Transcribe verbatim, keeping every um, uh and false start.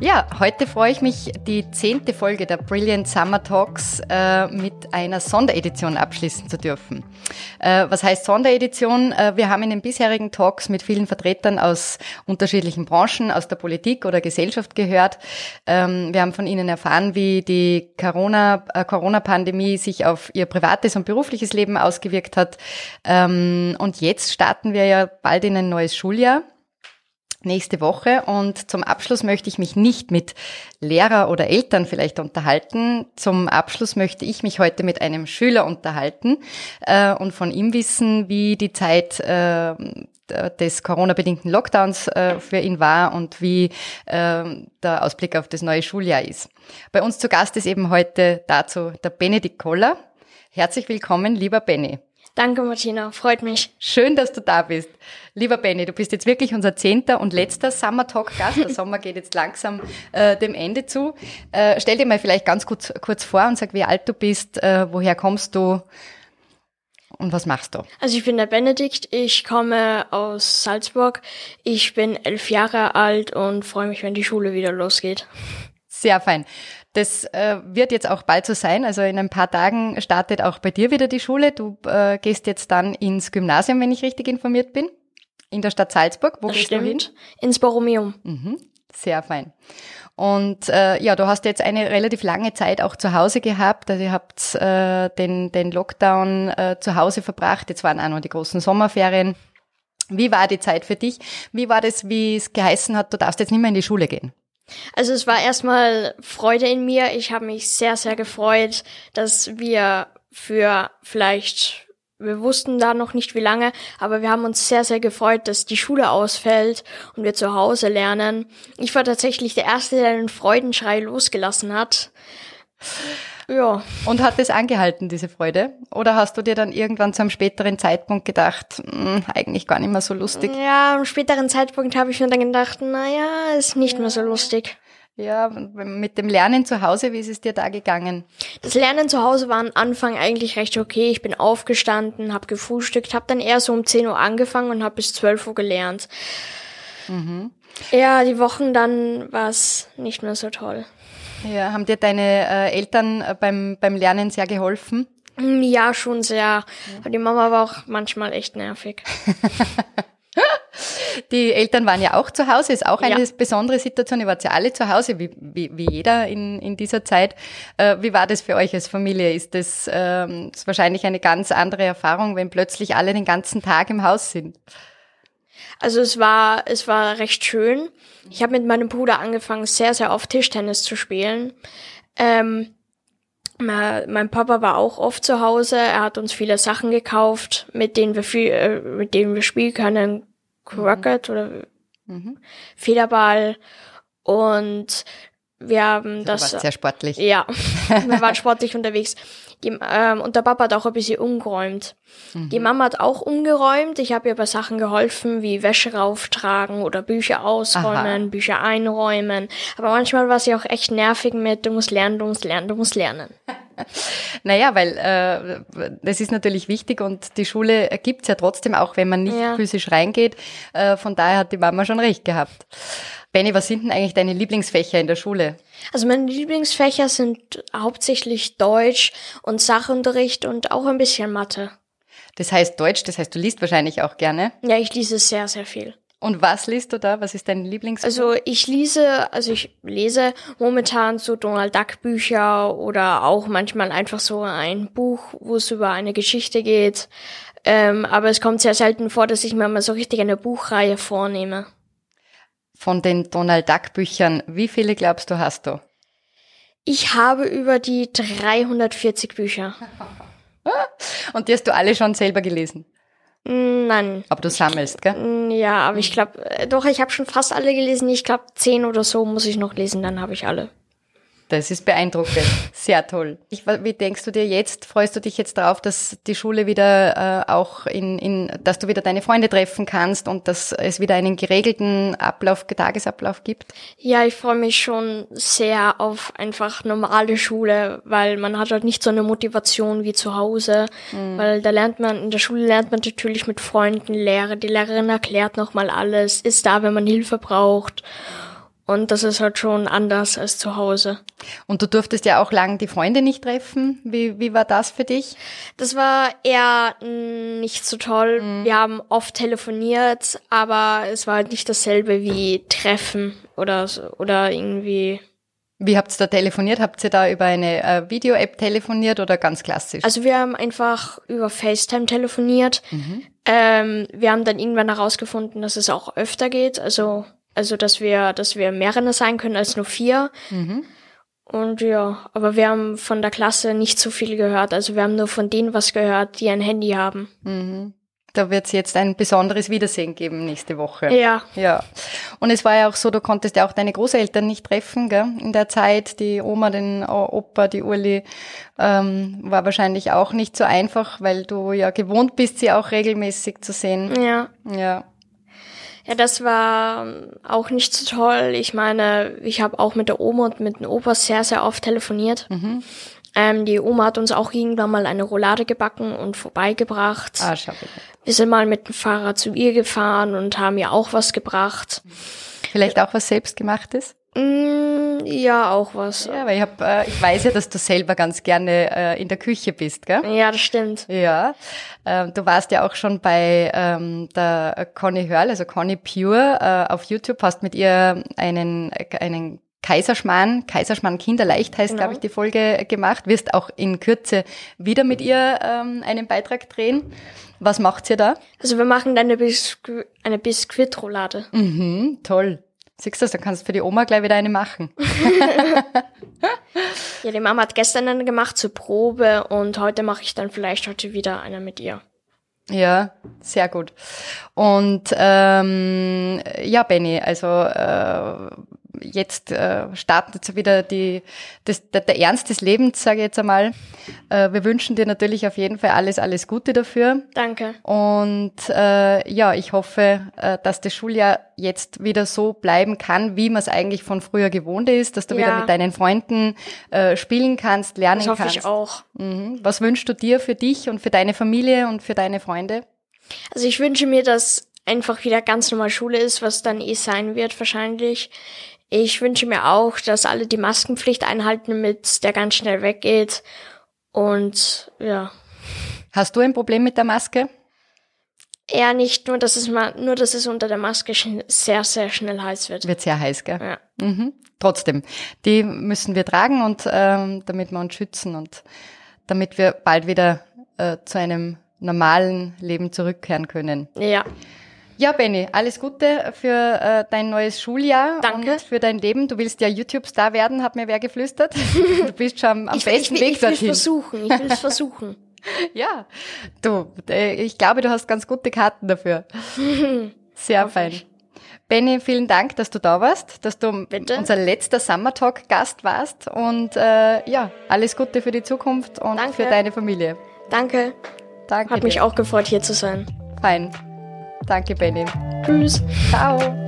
Ja, heute freue ich mich, die zehnte Folge der Brilliant Summer Talks äh, mit einer Sonderedition abschließen zu dürfen. Äh, was heißt Sonderedition? Äh, wir haben in den bisherigen Talks mit vielen Vertretern aus unterschiedlichen Branchen, aus der Politik oder Gesellschaft gehört. Ähm, wir haben von ihnen erfahren, wie die Corona, äh, Corona-Pandemie sich auf ihr privates und berufliches Leben ausgewirkt hat. Ähm, und jetzt starten wir ja bald in ein neues Schuljahr. Nächste Woche, und zum Abschluss möchte ich mich nicht mit Lehrer oder Eltern vielleicht unterhalten. Zum Abschluss möchte ich mich heute mit einem Schüler unterhalten äh, und von ihm wissen, wie die Zeit äh, des Corona-bedingten Lockdowns äh, für ihn war und wie äh, der Ausblick auf das neue Schuljahr ist. Bei uns zu Gast ist eben heute dazu der Benedikt Koller. Herzlich willkommen, lieber Benny. Danke, Martina. Freut mich. Schön, dass du da bist. Lieber Benny, du bist jetzt wirklich unser zehnter und letzter Summer Talk Gast. Der Sommer geht jetzt langsam äh, dem Ende zu. Äh, stell dir mal vielleicht ganz kurz, kurz vor und sag, wie alt du bist, äh, woher kommst du und was machst du? Also ich bin der Benedikt. Ich komme aus Salzburg. Ich bin elf Jahre alt und freue mich, wenn die Schule wieder losgeht. Sehr fein. Das äh, wird jetzt auch bald so sein. Also in ein paar Tagen startet auch bei dir wieder die Schule. Du äh, gehst jetzt dann ins Gymnasium, wenn ich richtig informiert bin, in der Stadt Salzburg. Wo das gehst stimmt. du hin? Ins Borromeum. Mhm. Sehr fein. Und äh, ja, du hast jetzt eine relativ lange Zeit auch zu Hause gehabt. Also ihr habt äh, den, den Lockdown äh, zu Hause verbracht. Jetzt waren auch noch die großen Sommerferien. Wie war die Zeit für dich? Wie war das, wie es geheißen hat, du darfst jetzt nicht mehr in die Schule gehen? Also es war erstmal Freude in mir. Ich habe mich sehr, sehr gefreut, dass wir für vielleicht, wir wussten da noch nicht wie lange, aber wir haben uns sehr, sehr gefreut, dass die Schule ausfällt und wir zu Hause lernen. Ich war tatsächlich der Erste, der den Freudenschrei losgelassen hat. Ja. Und hat das angehalten, diese Freude? Oder hast du dir dann irgendwann zu einem späteren Zeitpunkt gedacht, mh, eigentlich gar nicht mehr so lustig? Ja, am späteren Zeitpunkt habe ich mir dann gedacht, naja, ist nicht ja. mehr so lustig. Ja, mit dem Lernen zu Hause, wie ist es dir da gegangen? Das Lernen zu Hause war am Anfang eigentlich recht okay. Ich bin aufgestanden, habe gefrühstückt, habe dann eher so um zehn Uhr angefangen und habe bis zwölf Uhr gelernt. Mhm. Ja, die Wochen dann war es nicht mehr so toll. Ja, haben dir deine äh, Eltern äh, beim beim Lernen sehr geholfen? Ja, schon sehr. Ja. Aber die Mama war auch manchmal echt nervig. Die Eltern waren ja auch zu Hause, ist auch eine ja. besondere Situation. Ihr wart ja alle zu Hause, wie wie, wie jeder in in dieser Zeit. Äh, wie war das für euch als Familie? Ist das, ähm, ist wahrscheinlich eine ganz andere Erfahrung, wenn plötzlich alle den ganzen Tag im Haus sind? Also es war es war recht schön. Ich habe mit meinem Bruder angefangen, sehr, sehr oft Tischtennis zu spielen. Ähm, mein Papa war auch oft zu Hause. Er hat uns viele Sachen gekauft, mit denen wir viel, äh, mit denen wir spielen können. Croquet mhm. oder mhm. Federball. Und wir haben das... Du warst sehr sportlich. Ja, wir waren sportlich unterwegs. Die, ähm, und der Papa hat auch ein bisschen umgeräumt. Mhm. Die Mama hat auch umgeräumt. Ich habe ihr bei Sachen geholfen, wie Wäsche rauftragen oder Bücher ausräumen, Aha. Bücher einräumen. Aber manchmal war sie auch echt nervig mit, du musst lernen, du musst lernen, du musst lernen. Naja, weil äh, das ist natürlich wichtig und die Schule gibt's ja trotzdem, auch wenn man nicht ja. physisch reingeht. Äh, von daher hat die Mama schon recht gehabt. Benni, was sind denn eigentlich deine Lieblingsfächer in der Schule? Also meine Lieblingsfächer sind hauptsächlich Deutsch und Sachunterricht und auch ein bisschen Mathe. Das heißt Deutsch, das heißt, du liest wahrscheinlich auch gerne? Ja, ich lese sehr, sehr viel. Und was liest du da? Was ist dein Lieblingsbuch? Also ich lese, also ich lese momentan so Donald Duck Bücher oder auch manchmal einfach so ein Buch, wo es über eine Geschichte geht. Ähm, aber es kommt sehr selten vor, dass ich mir mal so richtig eine Buchreihe vornehme. Von den Donald Duck Büchern, wie viele glaubst du hast du? Ich habe über die dreihundertvierzig Bücher. Und die hast du alle schon selber gelesen? Nein. Aber du sammelst, gell? Ja, aber ich glaube, doch, ich habe schon fast alle gelesen. Ich glaube, zehn oder so muss ich noch lesen, dann habe ich alle. Das ist beeindruckend. Sehr toll. Ich, wie denkst du dir jetzt? Freust du dich jetzt darauf, dass die Schule wieder äh, auch in, in, dass du wieder deine Freunde treffen kannst und dass es wieder einen geregelten Ablauf, Tagesablauf gibt? Ja, ich freue mich schon sehr auf einfach normale Schule, weil man hat halt nicht so eine Motivation wie zu Hause, mhm. weil da lernt man, in der Schule lernt man natürlich mit Freunden, Lehrer, die Lehrerin erklärt nochmal alles, ist da, wenn man Hilfe braucht. Und das ist halt schon anders als zu Hause. Und du durftest ja auch lang die Freunde nicht treffen. Wie, wie war das für dich? Das war eher nicht so toll. Mhm. Wir haben oft telefoniert, aber es war halt nicht dasselbe wie Treffen oder so, oder irgendwie. Wie habt ihr da telefoniert? Habt ihr da über eine äh, Video-App telefoniert oder ganz klassisch? Also wir haben einfach über FaceTime telefoniert. Mhm. Ähm, wir haben dann irgendwann herausgefunden, dass es auch öfter geht. Also Also, dass wir, dass wir mehrere sein können als nur vier. Mhm. Und ja, aber wir haben von der Klasse nicht so viel gehört. Also wir haben nur von denen was gehört, die ein Handy haben. Mhm. Da wird es jetzt ein besonderes Wiedersehen geben nächste Woche. Ja. Ja. Und es war ja auch so, du konntest ja auch deine Großeltern nicht treffen, gell? In der Zeit, die Oma, den Opa, die Uli, ähm, war wahrscheinlich auch nicht so einfach, weil du ja gewohnt bist, sie auch regelmäßig zu sehen. Ja. Ja. Ja, das war auch nicht so toll. Ich meine, ich habe auch mit der Oma und mit dem Opa sehr, sehr oft telefoniert. Mhm. Ähm, die Oma hat uns auch irgendwann mal eine Roulade gebacken und vorbeigebracht. Ah, schau bitte. Wir sind mal mit dem Fahrrad zu ihr gefahren und haben ihr auch was gebracht. Vielleicht auch was Selbstgemachtes? Mm, ja, auch was. Ja, weil ich hab, äh, ich weiß ja, dass du selber ganz gerne äh, in der Küche bist, gell? Ja, das stimmt. Ja, ähm, du warst ja auch schon bei ähm, der Conny Hörl, also Conny Pure, äh, auf YouTube, hast mit ihr einen einen Kaiserschmarrn, Kaiserschmarrn Kinderleicht heißt, genau, glaube ich, die Folge gemacht. Wirst auch in Kürze wieder mit ihr ähm, einen Beitrag drehen. Was macht ihr da? Also wir machen dann eine, Bisku- eine Biskuitroulade. Mhm, toll. Siehst du das, dann kannst du für die Oma gleich wieder eine machen. Ja, die Mama hat gestern eine gemacht zur Probe und heute mache ich dann vielleicht heute wieder eine mit ihr. Ja, sehr gut. Und ähm, ja, Benni, also äh, jetzt äh, startet so wieder die, das, der, der Ernst des Lebens, sage ich jetzt einmal. Äh, wir wünschen dir natürlich auf jeden Fall alles, alles Gute dafür. Danke. Und äh, ja, ich hoffe, äh, dass das Schuljahr jetzt wieder so bleiben kann, wie man es eigentlich von früher gewohnt ist, dass du ja. wieder mit deinen Freunden äh, spielen kannst, lernen kannst. Das hoffe kannst. ich auch. Mhm. Was wünschst du dir für dich und für deine Familie und für deine Freunde? Also ich wünsche mir, dass einfach wieder ganz normal Schule ist, was dann eh sein wird wahrscheinlich. Ich wünsche mir auch, dass alle die Maskenpflicht einhalten, damit der ganz schnell weggeht. Und ja. Hast du ein Problem mit der Maske? Eher nicht, nur dass es mal, nur dass es unter der Maske sehr, sehr schnell heiß wird. Wird sehr heiß, gell? Ja. Mhm. Trotzdem, die müssen wir tragen und ähm, damit wir uns schützen und damit wir bald wieder äh, zu einem normalen Leben zurückkehren können. Ja. Ja, Benni, alles Gute für äh, dein neues Schuljahr. Danke. Und für dein Leben. Du willst ja YouTube-Star werden, hat mir wer geflüstert. Du bist schon am ich, besten ich, Weg ich, ich will dorthin. versuchen, ich will es versuchen. Ja, du, äh, ich glaube, du hast ganz gute Karten dafür. Sehr fein. Benni, vielen Dank, dass du da warst, dass du Bitte? unser letzter Summer Talk Gast warst und äh, ja, alles Gute für die Zukunft und Danke. für deine Familie. Danke. Danke Hat dir. mich auch gefreut, hier zu sein. Fein. Danke, Benni. Tschüss. Ciao.